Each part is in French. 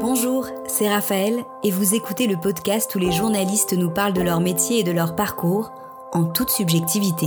Bonjour, c'est Raphaël et vous écoutez le podcast où les journalistes nous parlent de leur métier et de leur parcours en toute subjectivité.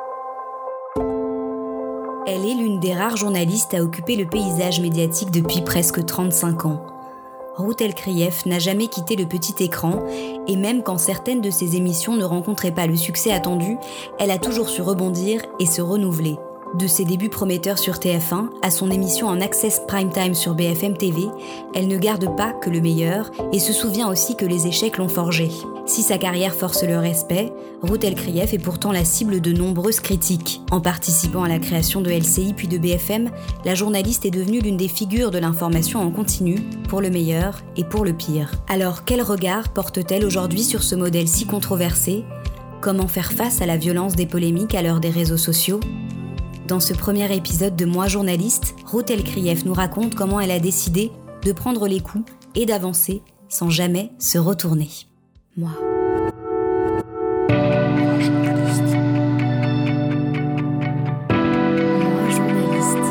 Elle est l'une des rares journalistes à occuper le paysage médiatique depuis presque 35 ans. Ruth Elkrief n'a jamais quitté le petit écran et même quand certaines de ses émissions ne rencontraient pas le succès attendu, elle a toujours su rebondir et se renouveler. De ses débuts prometteurs sur TF1 à son émission en Access Prime Time sur BFM TV, elle ne garde pas que le meilleur et se souvient aussi que les échecs l'ont forgée. Si sa carrière force le respect, Ruth Elkrief est pourtant la cible de nombreuses critiques. En participant à la création de LCI puis de BFM, la journaliste est devenue l'une des figures de l'information en continu, pour le meilleur et pour le pire. Alors quel regard porte-t-elle aujourd'hui sur ce modèle si controversé ? Comment faire face à la violence des polémiques à l'heure des réseaux sociaux ? Dans ce premier épisode de Moi journaliste, Ruth Elkrief nous raconte comment elle a décidé de prendre les coups et d'avancer sans jamais se retourner. Moi journaliste. Moi journaliste.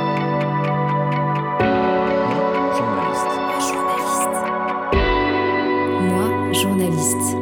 Moi journaliste.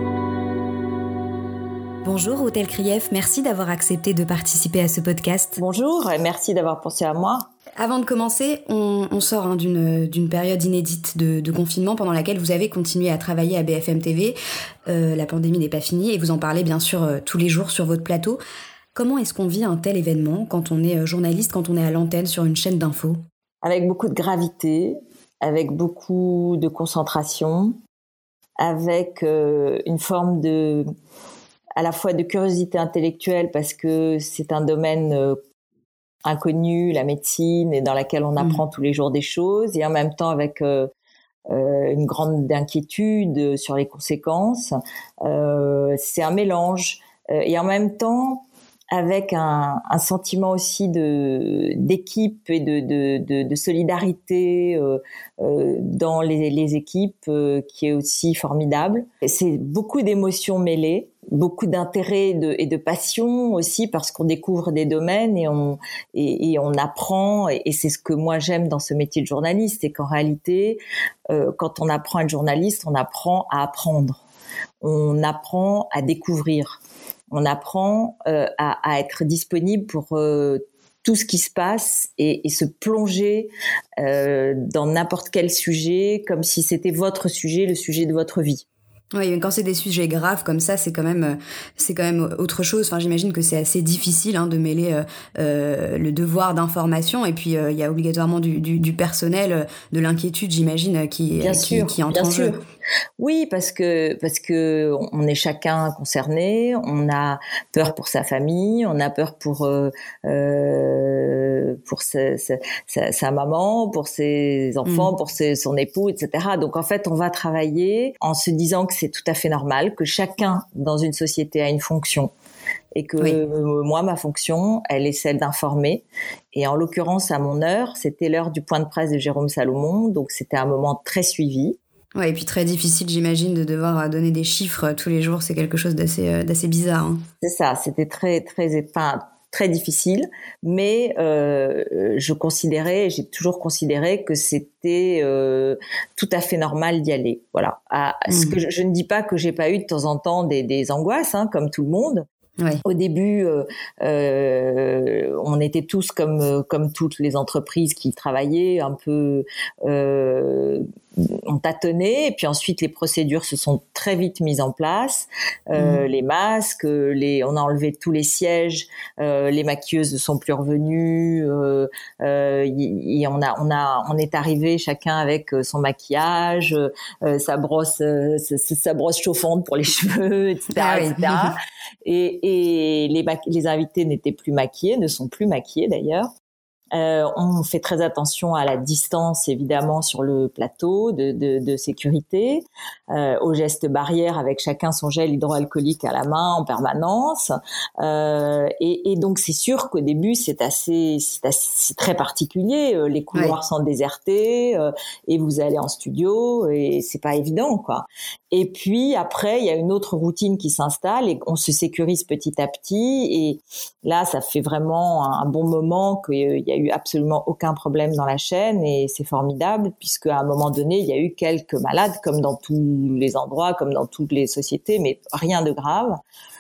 Bonjour Ruth Elkrief, merci d'avoir accepté de participer à ce podcast. Bonjour et merci d'avoir pensé à moi. Avant de commencer, on sort d'une période inédite de confinement pendant laquelle vous avez continué à travailler à BFM TV. La pandémie n'est pas finie et vous en parlez bien sûr tous les jours sur votre plateau. Comment est-ce qu'on vit un tel événement quand on est journaliste, quand on est à l'antenne sur une chaîne d'infos ? Avec beaucoup de gravité, avec beaucoup de concentration, avec une forme à la fois de curiosité intellectuelle parce que c'est un domaine inconnu, la médecine, et dans laquelle on apprend tous les jours des choses, et en même temps avec une grande inquiétude sur les conséquences. C'est un mélange, et en même temps avec un sentiment aussi d'équipe et de solidarité dans les équipes qui est aussi formidable. C'est beaucoup d'émotions mêlées, beaucoup d'intérêt et de passion aussi, parce qu'on découvre des domaines et on apprend, et c'est ce que moi j'aime dans ce métier de journaliste, c'est qu'en réalité quand on apprend à être journaliste, on apprend à apprendre, on apprend à découvrir, on apprend à être disponible pour tout ce qui se passe et se plonger dans n'importe quel sujet comme si c'était votre sujet, le sujet de votre vie. Oui, mais quand c'est des sujets graves comme ça, c'est quand même autre chose. Enfin, j'imagine que c'est assez difficile de mêler le devoir d'information et puis il y a obligatoirement du personnel, de l'inquiétude, j'imagine, qui entre en jeu. Oui, parce que on est chacun concerné, on a peur pour sa famille, on a peur pour sa maman, pour ses enfants, pour son époux, etc. Donc en fait, on va travailler en se disant que c'est tout à fait normal, que chacun dans une société a une fonction. Et que moi, ma fonction, elle est celle d'informer. Et en l'occurrence, à mon heure, c'était l'heure du point de presse de Jérôme Salomon, donc c'était un moment très suivi. Ouais, et puis très difficile, j'imagine, de devoir donner des chiffres tous les jours. C'est quelque chose d'assez bizarre. Hein. C'est ça, c'était très difficile, mais j'ai toujours considéré que c'était tout à fait normal d'y aller. Voilà. Ce que je ne dis pas que j'ai pas eu de temps en temps des angoisses, comme tout le monde. Ouais. Au début, on était tous comme toutes les entreprises qui travaillaient un peu. On tâtonnait, et puis ensuite les procédures se sont très vite mises en place, les masques, on a enlevé tous les sièges, les maquilleuses ne sont plus revenues, et on est arrivé chacun avec son maquillage, sa brosse chauffante pour les cheveux, etc., etc. Et les invités n'étaient plus maquillés, ne sont plus maquillés d'ailleurs. On fait très attention à la distance, évidemment, sur le plateau de sécurité, aux gestes barrières avec chacun son gel hydroalcoolique à la main en permanence. Et donc, c'est sûr qu'au début, c'est très particulier. Les couloirs sont désertés et vous allez en studio et c'est pas évident, quoi. Et puis après, il y a une autre routine qui s'installe et on se sécurise petit à petit. Et là, ça fait vraiment un bon moment qu'il y a a eu absolument aucun problème dans la chaîne et c'est formidable puisque à un moment donné, il y a eu quelques malades comme dans tous les endroits, comme dans toutes les sociétés, mais rien de grave.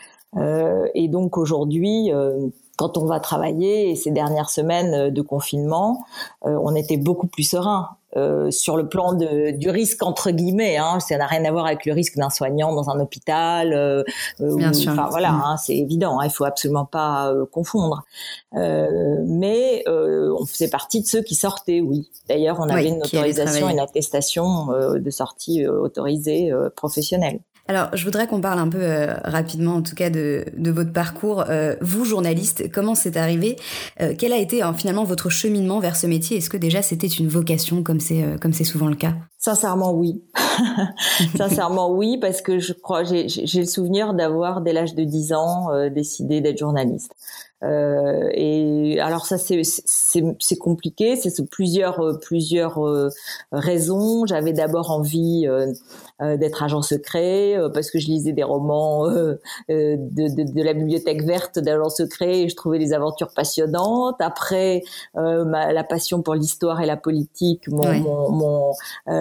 Et donc aujourd'hui, quand on va travailler, et ces dernières semaines de confinement, on était beaucoup plus serein. Sur le plan du risque entre guillemets, ça n'a rien à voir avec le risque d'un soignant dans un hôpital. Bien sûr. Enfin voilà, c'est évident. Il faut absolument pas confondre. Mais on faisait partie de ceux qui sortaient, oui. D'ailleurs, on avait une autorisation, une attestation de sortie autorisée professionnelle. Alors, je voudrais qu'on parle un peu rapidement, en tout cas, de votre parcours. Vous, journaliste, comment c'est arrivé ? Quel a été finalement votre cheminement vers ce métier ? Est-ce que déjà c'était une vocation, comme c'est souvent le cas ? Sincèrement, oui. Sincèrement, oui, parce que je crois, j'ai le souvenir d'avoir, dès l'âge de 10 ans, décidé d'être journaliste. Et alors ça c'est compliqué, c'est plusieurs raisons. J'avais d'abord envie d'être agent secret parce que je lisais des romans de la bibliothèque verte d'agents secrets et je trouvais les aventures passionnantes. Après la passion pour l'histoire et la politique m'ont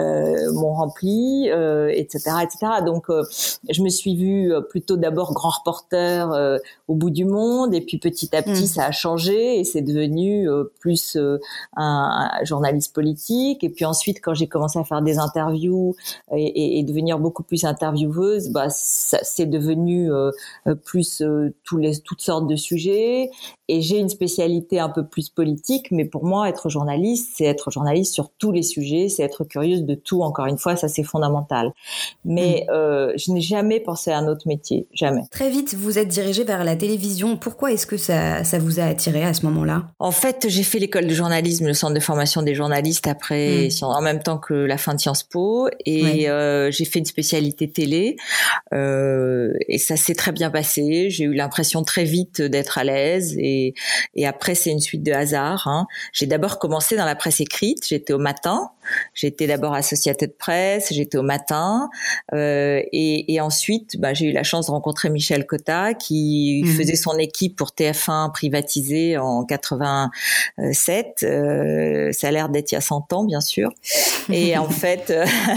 rempli, etc. Donc je me suis vue plutôt d'abord grand reporter au bout du monde et puis petit à petit ça a changé et c'est devenu plus un journaliste politique. Et puis ensuite quand j'ai commencé à faire des interviews et devenir beaucoup plus intervieweuse, c'est devenu plus toutes sortes de sujets. Et j'ai une spécialité un peu plus politique, mais pour moi, être journaliste, c'est être journaliste sur tous les sujets, c'est être curieuse de tout. Encore une fois, ça c'est fondamental. Mais je n'ai jamais pensé à un autre métier, jamais. Très vite, vous êtes dirigée vers la télévision. Pourquoi est-ce que ça vous a attiré à ce moment-là ? En fait, j'ai fait l'école de journalisme, le centre de formation des journalistes après, en même temps que la fin de Sciences Po, et j'ai fait une spécialité télé. Et ça s'est très bien passé. J'ai eu l'impression très vite d'être à l'aise et après c'est une suite de hasards. J'ai d'abord commencé dans la presse écrite. J'étais au matin. J'étais d'abord associatée de presse. J'étais au matin et ensuite j'ai eu la chance de rencontrer Michel Cotta qui faisait son équipe pour TF1 privatisé en 87. Ça a l'air d'être il y a 100 ans bien sûr. Et en fait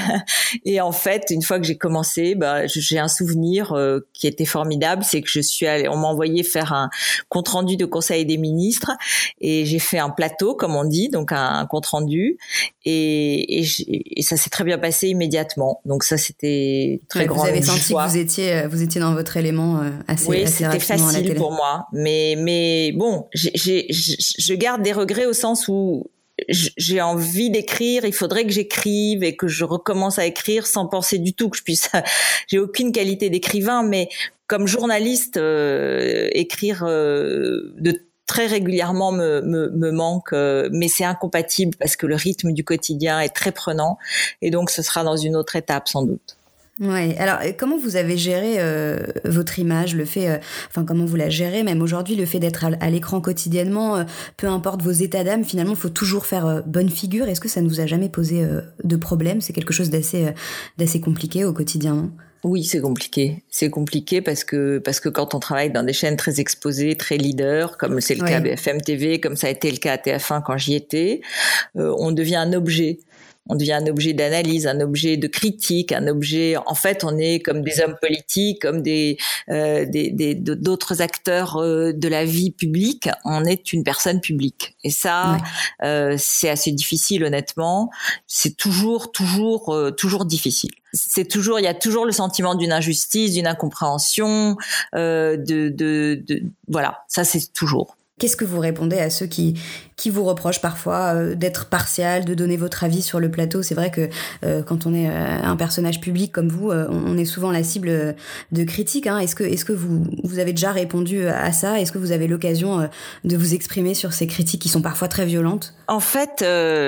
une fois que j'ai commencé, j'ai un souvenir qui était formidable, c'est que on m'a envoyé faire un compte rendu de Conseil des ministres et j'ai fait un plateau comme on dit, donc un compte rendu et ça s'est très bien passé immédiatement. Donc ça c'était très grand. Vous avez senti que vous étiez dans votre élément assez rapidement à la télé. Oui, c'était facile pour moi, mais bon, je garde des regrets au sens où j'ai envie d'écrire, il faudrait que j'écrive et que je recommence à écrire sans penser du tout que je puisse. J'ai aucune qualité d'écrivain, mais comme journaliste, écrire très régulièrement me manque, mais c'est incompatible parce que le rythme du quotidien est très prenant et donc ce sera dans une autre étape sans doute. Ouais. Alors, comment vous avez géré votre image, le fait, comment vous la gérez même aujourd'hui, le fait d'être à l'écran quotidiennement, peu importe vos états d'âme, finalement, il faut toujours faire bonne figure. Est-ce que ça ne vous a jamais posé de problème ? C'est quelque chose d'assez compliqué au quotidien, non ? Oui, c'est compliqué. C'est compliqué parce que quand on travaille dans des chaînes très exposées, très leaders, comme c'est le cas BFM TV, comme ça a été le cas à TF1 quand j'y étais, on devient un objet. On devient un objet d'analyse, un objet de critique, un objet. En fait, on est comme des hommes politiques, comme d'autres acteurs de la vie publique. On est une personne publique, et ça, c'est assez difficile, honnêtement. C'est toujours difficile. Il y a toujours le sentiment d'une injustice, d'une incompréhension, voilà. Ça, c'est toujours. Qu'est-ce que vous répondez à ceux qui vous reprochent parfois d'être partial, de donner votre avis sur le plateau ? C'est vrai que quand on est un personnage public comme vous, on est souvent la cible de critiques. Est-ce que vous avez déjà répondu à ça ? Est-ce que vous avez l'occasion de vous exprimer sur ces critiques qui sont parfois très violentes ? En fait,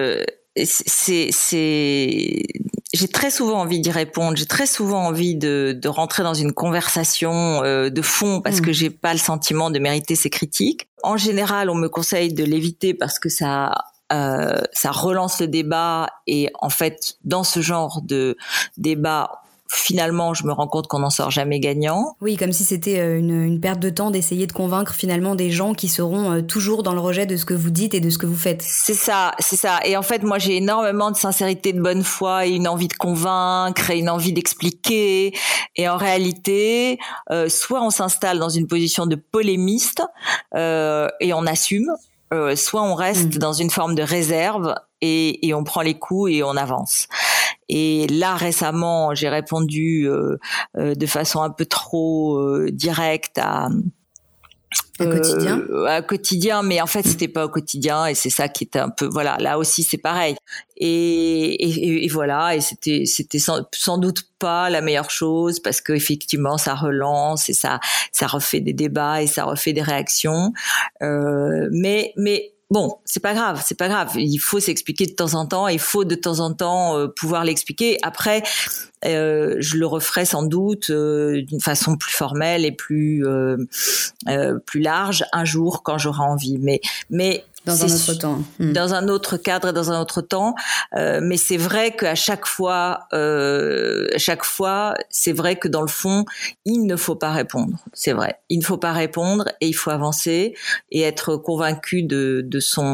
j'ai très souvent envie d'y répondre. J'ai très souvent envie de rentrer dans une conversation de fond parce que j'ai pas le sentiment de mériter ces critiques. En général, on me conseille de l'éviter parce que ça relance le débat et en fait, dans ce genre de débat, finalement, je me rends compte qu'on n'en sort jamais gagnant. Oui, comme si c'était une perte de temps d'essayer de convaincre finalement des gens qui seront toujours dans le rejet de ce que vous dites et de ce que vous faites. C'est ça. Et en fait, moi, j'ai énormément de sincérité, de bonne foi et une envie de convaincre et une envie d'expliquer. Et en réalité, soit on s'installe dans une position de polémiste et on assume, soit on reste dans une forme de réserve et on prend les coups et on avance. Et là, récemment, j'ai répondu de façon un peu trop directe quotidien, mais en fait c'était pas au quotidien et c'est ça qui était un peu, voilà, là aussi c'est pareil et voilà, et c'était sans doute pas la meilleure chose parce que effectivement ça relance et ça refait des débats et ça refait des réactions, mais bon, c'est pas grave. Il faut s'expliquer de temps en temps. Il faut de temps en temps pouvoir l'expliquer. Après, je le referai sans doute d'une façon plus formelle et plus large un jour quand j'aurai envie. Mais dans un autre temps, dans un autre cadre et dans un autre temps. Mais c'est vrai qu'à chaque fois, c'est vrai que dans le fond, il ne faut pas répondre. C'est vrai, il ne faut pas répondre et il faut avancer et être convaincu de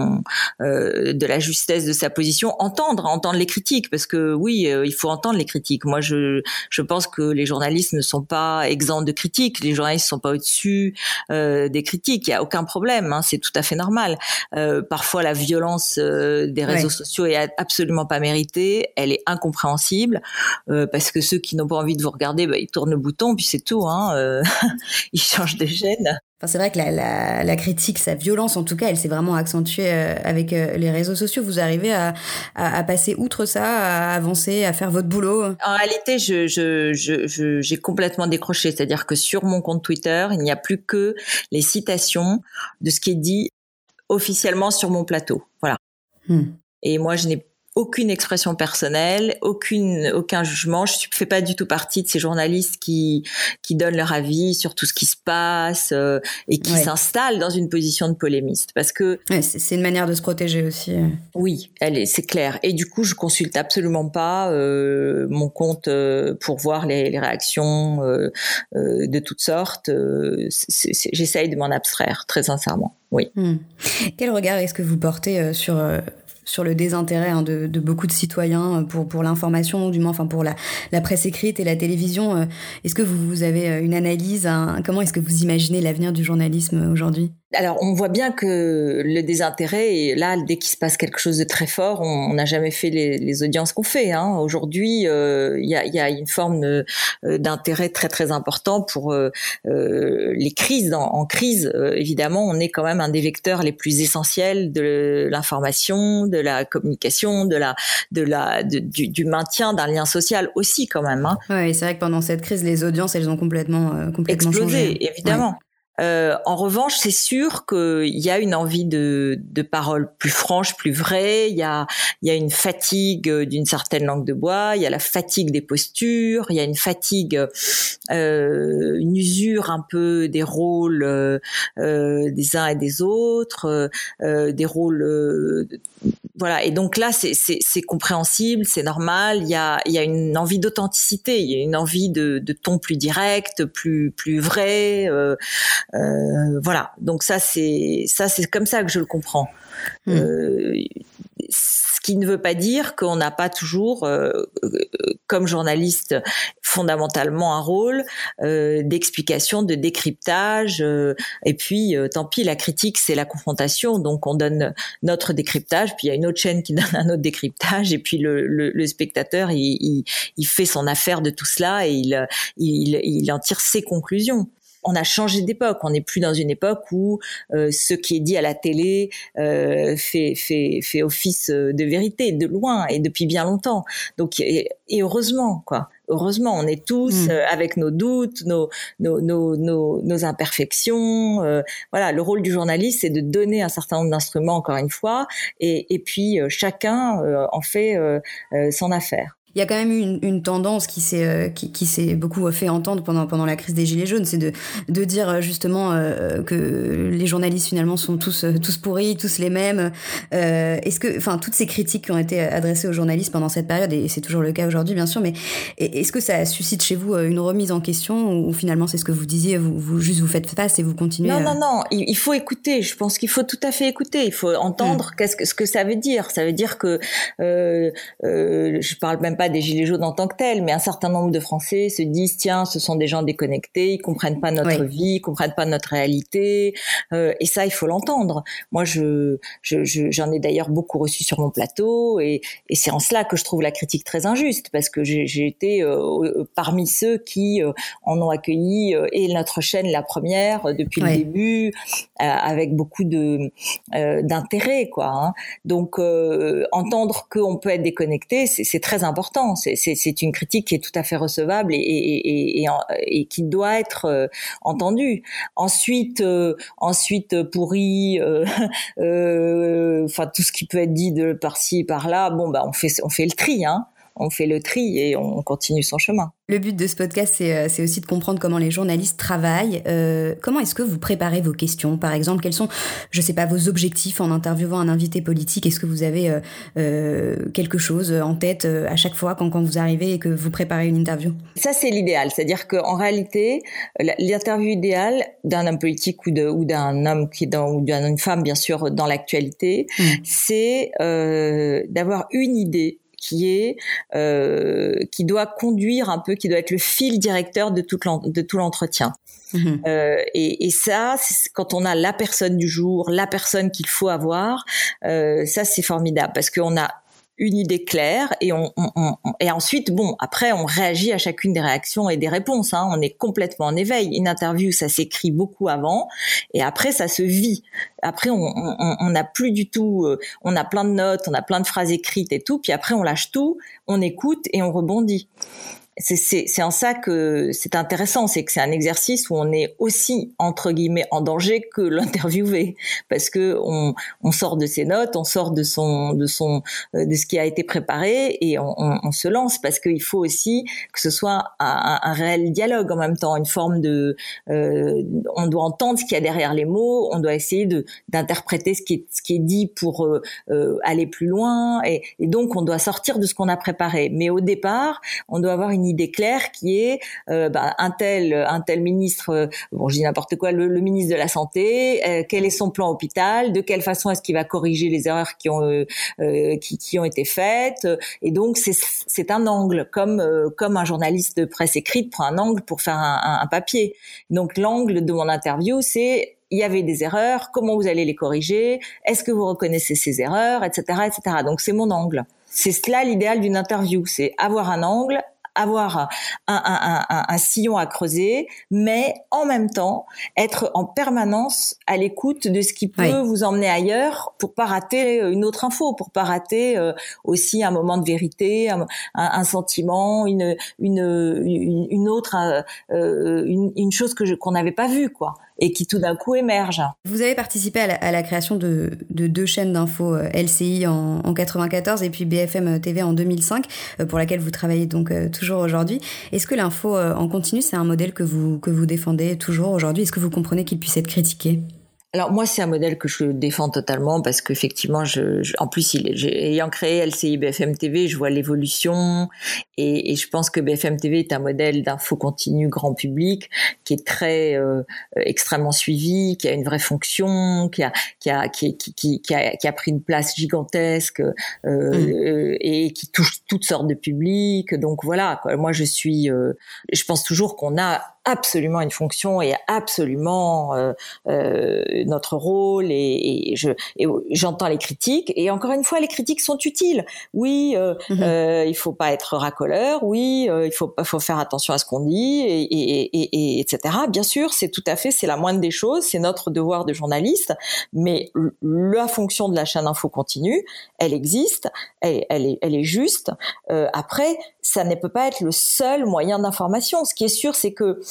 la justesse de sa position, entendre les critiques, parce que oui, il faut entendre les critiques. Moi, je pense que les journalistes ne sont pas exempts de critiques. Les journalistes ne sont pas au-dessus des critiques. Il y a aucun problème, hein, c'est tout à fait normal. Parfois la violence des réseaux sociaux est absolument pas méritée, elle est incompréhensible parce que ceux qui n'ont pas envie de vous regarder, ils tournent le bouton puis c'est tout, hein. Ils changent de chaîne. Enfin, c'est vrai que la critique, sa violence en tout cas, elle s'est vraiment accentuée avec les réseaux sociaux. Vous arrivez à passer outre ça, à avancer, à faire votre boulot? En réalité, j'ai complètement décroché, c'est-à-dire que sur mon compte Twitter, il n'y a plus que les citations de ce qui est dit officiellement sur mon plateau, voilà. Et moi, je n'ai aucune expression personnelle, aucun jugement. Je fais pas du tout partie de ces journalistes qui donnent leur avis sur tout ce qui se passe et qui s'installent dans une position de polémiste, parce que c'est une manière de se protéger aussi. Oui, c'est clair. Et du coup, je consulte absolument pas mon compte pour voir les réactions de toutes sortes. J'essaye de m'en abstraire, très sincèrement. Oui. Quel regard est-ce que vous portez sur le désintérêt de beaucoup de citoyens pour l'information, ou du moins pour la presse écrite et la télévision? Est-ce que vous avez une analyse, comment est-ce que vous imaginez l'avenir du journalisme aujourd'hui? Alors, on voit bien que le désintérêt, et là, dès qu'il se passe quelque chose de très fort, on n'a jamais fait les audiences qu'on fait, hein. Aujourd'hui, il y a une forme d'intérêt très très important pour les crises. En crise, évidemment, on est quand même un des vecteurs les plus essentiels de l'information, de la communication, du maintien d'un lien social aussi, quand même, hein. Ouais, c'est vrai que pendant cette crise, les audiences, elles ont complètement explosé, changé. Évidemment. Ouais. En revanche, c'est sûr qu'il y a une envie de paroles plus franches, plus vraies. Il y a une fatigue d'une certaine langue de bois. Il y a la fatigue des postures. Il y a une fatigue, une usure un peu des rôles des uns et des autres, des rôles. Voilà. Et donc là, c'est compréhensible, c'est normal. Il y a une envie d'authenticité. Il y a une envie de ton plus direct, plus vrai. Voilà, donc ça c'est comme ça que je le comprends. Ce qui ne veut pas dire qu'on n'a pas toujours, comme journaliste, fondamentalement un rôle d'explication, de décryptage. Et puis, tant pis, la critique, c'est la confrontation. Donc, on donne notre décryptage, puis il y a une autre chaîne qui donne un autre décryptage, et puis le spectateur, il fait son affaire de tout cela et il en tire ses conclusions. On a changé d'époque. On n'est plus dans une époque où ce qui est dit à la télé fait office de vérité, de loin et depuis bien longtemps. Donc, et heureusement, quoi. Heureusement, on est tous avec nos doutes, nos imperfections. Voilà, le rôle du journaliste, c'est de donner un certain nombre d'instruments, encore une fois, et puis chacun en fait son affaire. Il y a quand même eu une tendance qui s'est beaucoup fait entendre pendant la crise des Gilets jaunes, c'est de dire justement que les journalistes finalement sont tous pourris, tous les mêmes. Est-ce que, enfin, toutes ces critiques qui ont été adressées aux journalistes pendant cette période, et c'est toujours le cas aujourd'hui bien sûr, mais est-ce que ça suscite chez vous une remise en question, ou finalement c'est ce que vous disiez, vous juste vous faites face et vous continuez? Non, il faut écouter. Je pense qu'il faut tout à fait écouter. Il faut entendre ce que ça veut dire. Ça veut dire que je parle même pas des Gilets jaunes en tant que tels, mais un certain nombre de Français se disent tiens, ce sont des gens déconnectés, ils comprennent pas notre vie, ils comprennent pas notre réalité, et ça il faut l'entendre. Moi j'en ai d'ailleurs beaucoup reçu sur mon plateau, et c'est en cela que je trouve la critique très injuste, parce que j'ai été parmi ceux qui en ont accueilli, et notre chaîne la première depuis le début, avec beaucoup d'intérêt quoi, hein. Donc entendre qu'on peut être déconnecté, c'est très important. C'est une critique qui est tout à fait recevable et qui doit être entendue. Ensuite pourri, enfin tout ce qui peut être dit de par-ci par-là, bon bah on fait le tri, hein. On fait le tri et on continue son chemin. Le but de ce podcast, c'est aussi de comprendre comment les journalistes travaillent. Comment est-ce que vous préparez vos questions? Par exemple, quels sont, je sais pas, vos objectifs en interviewant un invité politique? Est-ce que vous avez quelque chose en tête à chaque fois quand vous arrivez et que vous préparez une interview? Ça, c'est l'idéal. C'est-à-dire qu'en réalité, l'interview idéale d'un homme politique ou d'un homme ou d'une femme, bien sûr, dans l'actualité, c'est d'avoir une idée qui doit conduire un peu, qui doit être le fil directeur de tout l'entretien. Et ça, quand on a la personne du jour, la personne qu'il faut avoir, ça c'est formidable, parce qu'on a une idée claire, et et ensuite, bon, après, on réagit à chacune des réactions et des réponses, hein. On est complètement en éveil. Une interview, ça s'écrit beaucoup avant, et après, ça se vit. Après, on n'a plus du tout, on a plein de notes, on a plein de phrases écrites et tout, puis après, on lâche tout, on écoute et on rebondit. C'est en ça que c'est intéressant, c'est que c'est un exercice où on est aussi entre guillemets en danger que l'interviewé, parce que on sort de ses notes, on sort de ce qui a été préparé, et on se lance, parce qu'il faut aussi que ce soit un réel dialogue en même temps, une forme de on doit entendre ce qu'il y a derrière les mots, on doit essayer d'interpréter ce qui est dit pour aller plus loin, et donc on doit sortir de ce qu'on a préparé. Mais au départ, on doit avoir une idée claire qui est un tel ministre, bon je dis n'importe quoi, le ministre de la santé, quel est son plan hôpital, de quelle façon est-ce qu'il va corriger les erreurs qui ont été faites, et donc c'est un angle, comme un journaliste de presse écrite prend un angle pour faire un papier. Donc l'angle de mon interview, c'est il y avait des erreurs, comment vous allez les corriger, est-ce que vous reconnaissez ces erreurs, etc., etc. Donc c'est mon angle. C'est cela l'idéal d'une interview, c'est avoir un angle, avoir un sillon à creuser, mais en même temps être en permanence à l'écoute de ce qui peut vous emmener ailleurs, pour pas rater une autre info, pour pas rater aussi un moment de vérité, un sentiment, une autre une chose qu'on n'avait pas vue, quoi, et qui tout d'un coup émerge. Vous avez participé à la création de 2 chaînes d'infos, LCI en 94 et puis BFM TV en 2005, pour laquelle vous travaillez donc toujours aujourd'hui. Est-ce que l'info en continu, c'est un modèle que vous défendez toujours aujourd'hui? Est-ce que vous comprenez qu'il puisse être critiqué? Alors moi, c'est un modèle que je défends totalement, parce qu'effectivement, en plus, ayant créé LCI BFM TV, je vois l'évolution, et je pense que BFM TV est un modèle d'info continue grand public qui est très extrêmement suivi, qui a une vraie fonction, qui a pris une place gigantesque, et qui touche toutes sortes de publics. Donc voilà, quoi. Moi, je pense toujours qu'on a absolument une fonction et absolument notre rôle, et j'entends les critiques, et encore une fois les critiques sont utiles. Oui, il faut pas être racoleur, oui, il faut faire attention à ce qu'on dit, et etc. Bien sûr, c'est la moindre des choses, c'est notre devoir de journaliste, mais la fonction de la chaîne info continue, elle existe, elle est juste. Après, ça ne peut pas être le seul moyen d'information. Ce qui est sûr, c'est que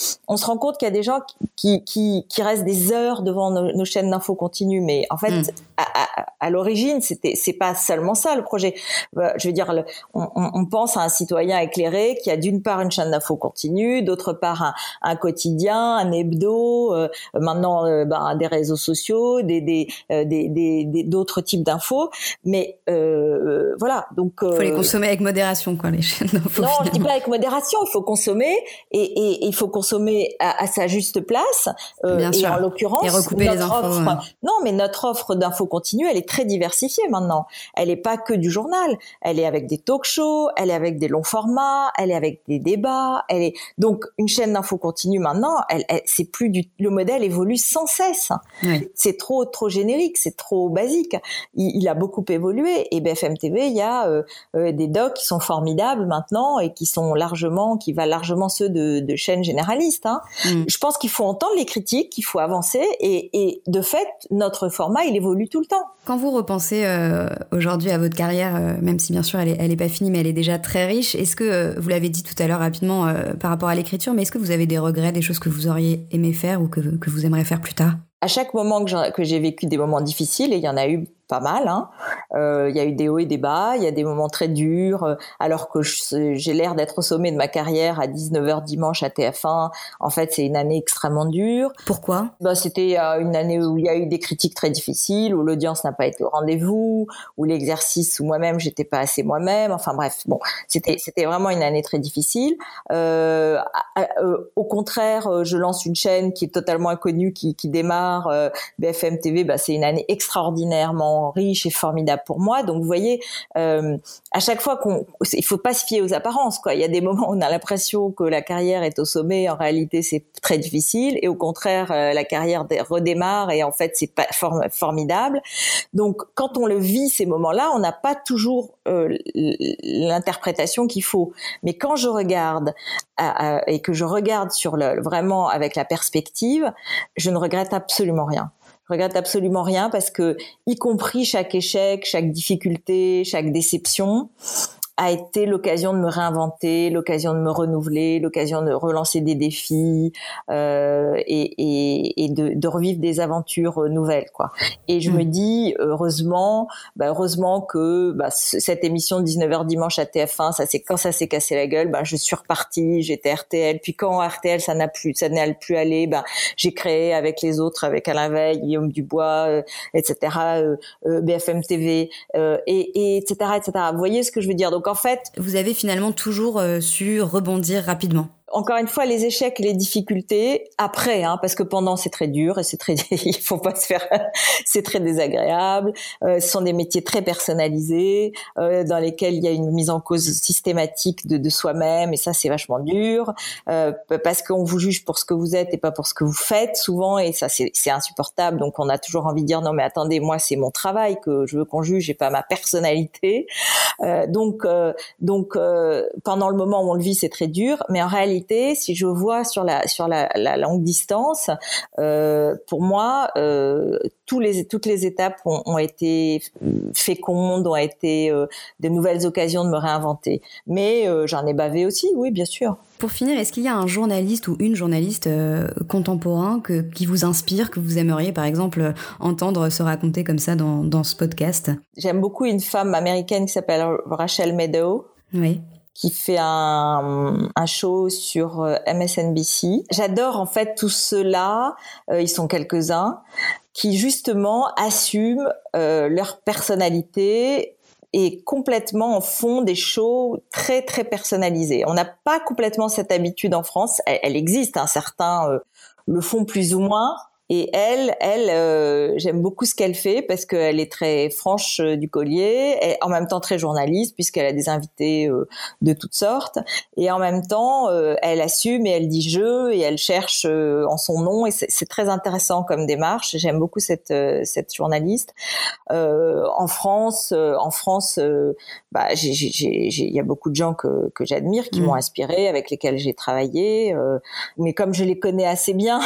on se rend compte qu'il y a des gens qui restent des heures devant nos chaînes d'infos continues. Mais en fait, à l'origine, c'est pas seulement ça le projet. Je veux dire, on pense à un citoyen éclairé qui a d'une part une chaîne d'infos continue, d'autre part un quotidien, un hebdo, maintenant des réseaux sociaux, d'autres types d'infos. Mais voilà, donc faut les consommer avec modération, quoi, les chaînes d'infos. Non, finalement. je dis pas avec modération. Il faut consommer et il faut consommer à sa juste place. Bien sûr. En l'occurrence, et recouper les infos. Non, mais notre offre d'infos continues, elle est très diversifiée maintenant. Elle est pas que du journal. Elle est avec des talk-shows, elle est avec des longs formats, elle est avec des débats. Donc une chaîne d'infos continues maintenant. C'est plus le modèle évolue sans cesse. Oui. C'est trop générique, c'est trop basique. Il a beaucoup évolué. Et BFM TV, il y a des docs qui sont formidables maintenant et qui valent largement ceux de chaînes généralistes. Je pense qu'il faut entendre les critiques, qu'il faut avancer et de fait, notre format, il évolue tout le temps. Quand vous repensez aujourd'hui à votre carrière, même si bien sûr elle est pas finie, mais elle est déjà très riche, est-ce que, vous l'avez dit tout à l'heure rapidement par rapport à l'écriture, mais est-ce que vous avez des regrets, des choses que vous auriez aimé faire ou que vous aimeriez faire plus tard ? À chaque moment que j'ai vécu des moments difficiles, et il y en a eu pas mal, il y a eu des hauts et des bas, il y a des moments très durs, alors que j'ai l'air d'être au sommet de ma carrière à 19h dimanche à TF1. En fait, c'est une année extrêmement dure. Pourquoi ? C'était une année où il y a eu des critiques très difficiles, où l'audience n'a pas été au rendez-vous, où l'exercice, où moi-même, j'étais pas assez moi-même. Enfin bref, c'était vraiment une année très difficile. Au contraire, je lance une chaîne qui est totalement inconnue, qui démarre, BFM TV, c'est une année extraordinairement riche et formidable pour moi. Donc vous voyez, à chaque fois il faut pas se fier aux apparences, quoi. Il y a des moments où on a l'impression que la carrière est au sommet, en réalité c'est très difficile, et au contraire la carrière redémarre et en fait c'est pas formidable. Donc quand on le vit ces moments-là, on n'a pas toujours l'interprétation qu'il faut. Mais quand je regarde et que je regarde vraiment avec la perspective, je ne regrette absolument rien. Je regrette absolument rien parce que, y compris chaque échec, chaque difficulté, chaque déception, a été l'occasion de me réinventer, l'occasion de me renouveler, l'occasion de relancer des défis et de revivre des aventures nouvelles, quoi. Et je me dis heureusement que cette émission de 19h dimanche à TF1, quand ça s'est cassé la gueule, je suis repartie, j'étais RTL, puis quand RTL ça n'a plus allé, j'ai créé avec les autres, avec Alain Veil, Guillaume Dubois, etc., BFM TV, et etc., etc. Vous voyez ce que je veux dire? Donc en fait, vous avez finalement toujours su rebondir rapidement. Encore une fois, les échecs et les difficultés après, parce que pendant c'est très dur et il faut pas se faire, c'est très désagréable. Ce sont des métiers très personnalisés dans lesquels il y a une mise en cause systématique de soi-même et ça c'est vachement dur parce qu'on vous juge pour ce que vous êtes et pas pour ce que vous faites souvent et ça c'est insupportable. Donc on a toujours envie de dire non mais attendez, moi c'est mon travail que je veux qu'on juge et pas ma personnalité. Donc pendant le moment où on le vit c'est très dur, mais en réalité si je vois sur la longue distance, pour moi, toutes les étapes ont été fécondes, ont été de nouvelles occasions de me réinventer. Mais j'en ai bavé aussi, oui, bien sûr. Pour finir, est-ce qu'il y a un journaliste ou une journaliste contemporain qui vous inspire, que vous aimeriez par exemple entendre se raconter comme ça dans ce podcast ? J'aime beaucoup une femme américaine qui s'appelle Rachel Maddow. Oui. Qui fait un show sur MSNBC. J'adore en fait tous ceux-là, ils sont quelques-uns, qui justement assument leur personnalité et complètement en font des shows très très personnalisés. On n'a pas complètement cette habitude en France, elle existe, certains le font plus ou moins. Et elle, j'aime beaucoup ce qu'elle fait parce qu'elle est très franche du collier, et en même temps très journaliste puisqu'elle a des invités de toutes sortes. Et en même temps, elle assume et elle dit je et elle cherche en son nom. Et c'est très intéressant comme démarche. J'aime beaucoup cette journaliste. En France, il y a beaucoup de gens que j'admire, qui m'ont inspirée, avec lesquels j'ai travaillé. Mais comme je les connais assez bien.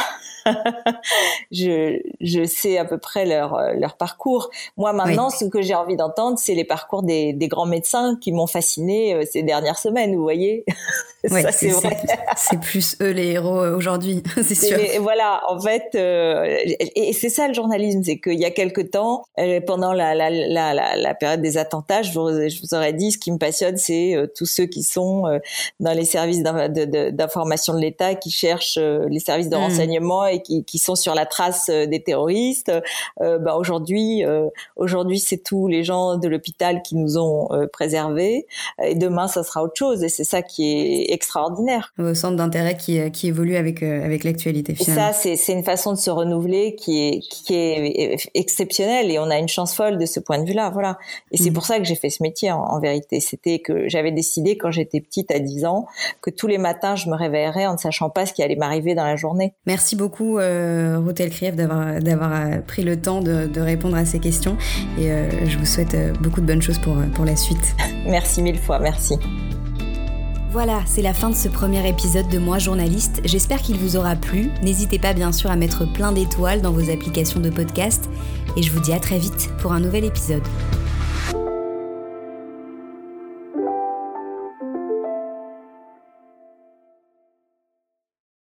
Je sais à peu près leur parcours. Moi, maintenant, ce que j'ai envie d'entendre, c'est les parcours des grands médecins qui m'ont fascinée ces dernières semaines, vous voyez. Ouais, ça c'est vrai. C'est plus eux les héros aujourd'hui, c'est sûr. Voilà, en fait, et c'est ça le journalisme, c'est qu'il y a quelque temps, pendant la période des attentats, je vous aurais dit, ce qui me passionne, c'est tous ceux qui sont dans les services d'information de l'État, qui cherchent les services de renseignement et qui sont sur la trace des terroristes. Aujourd'hui, c'est tous les gens de l'hôpital qui nous ont préservés. Et demain, ça sera autre chose. Et c'est ça qui est extraordinaire. Au centre d'intérêt qui évolue avec l'actualité, finalement. Et ça, c'est une façon de se renouveler qui est exceptionnelle, et on a une chance folle de ce point de vue-là, voilà. Et c'est pour ça que j'ai fait ce métier, en vérité. C'était que j'avais décidé, quand j'étais petite, à 10 ans, que tous les matins, je me réveillerais en ne sachant pas ce qui allait m'arriver dans la journée. Merci beaucoup, Ruth Elkrief, d'avoir pris le temps de répondre à ces questions. Et je vous souhaite beaucoup de bonnes choses pour la suite. Merci 1000 fois, merci. Voilà, c'est la fin de ce premier épisode de Moi Journaliste. J'espère qu'il vous aura plu. N'hésitez pas bien sûr à mettre plein d'étoiles dans vos applications de podcast. Et je vous dis à très vite pour un nouvel épisode.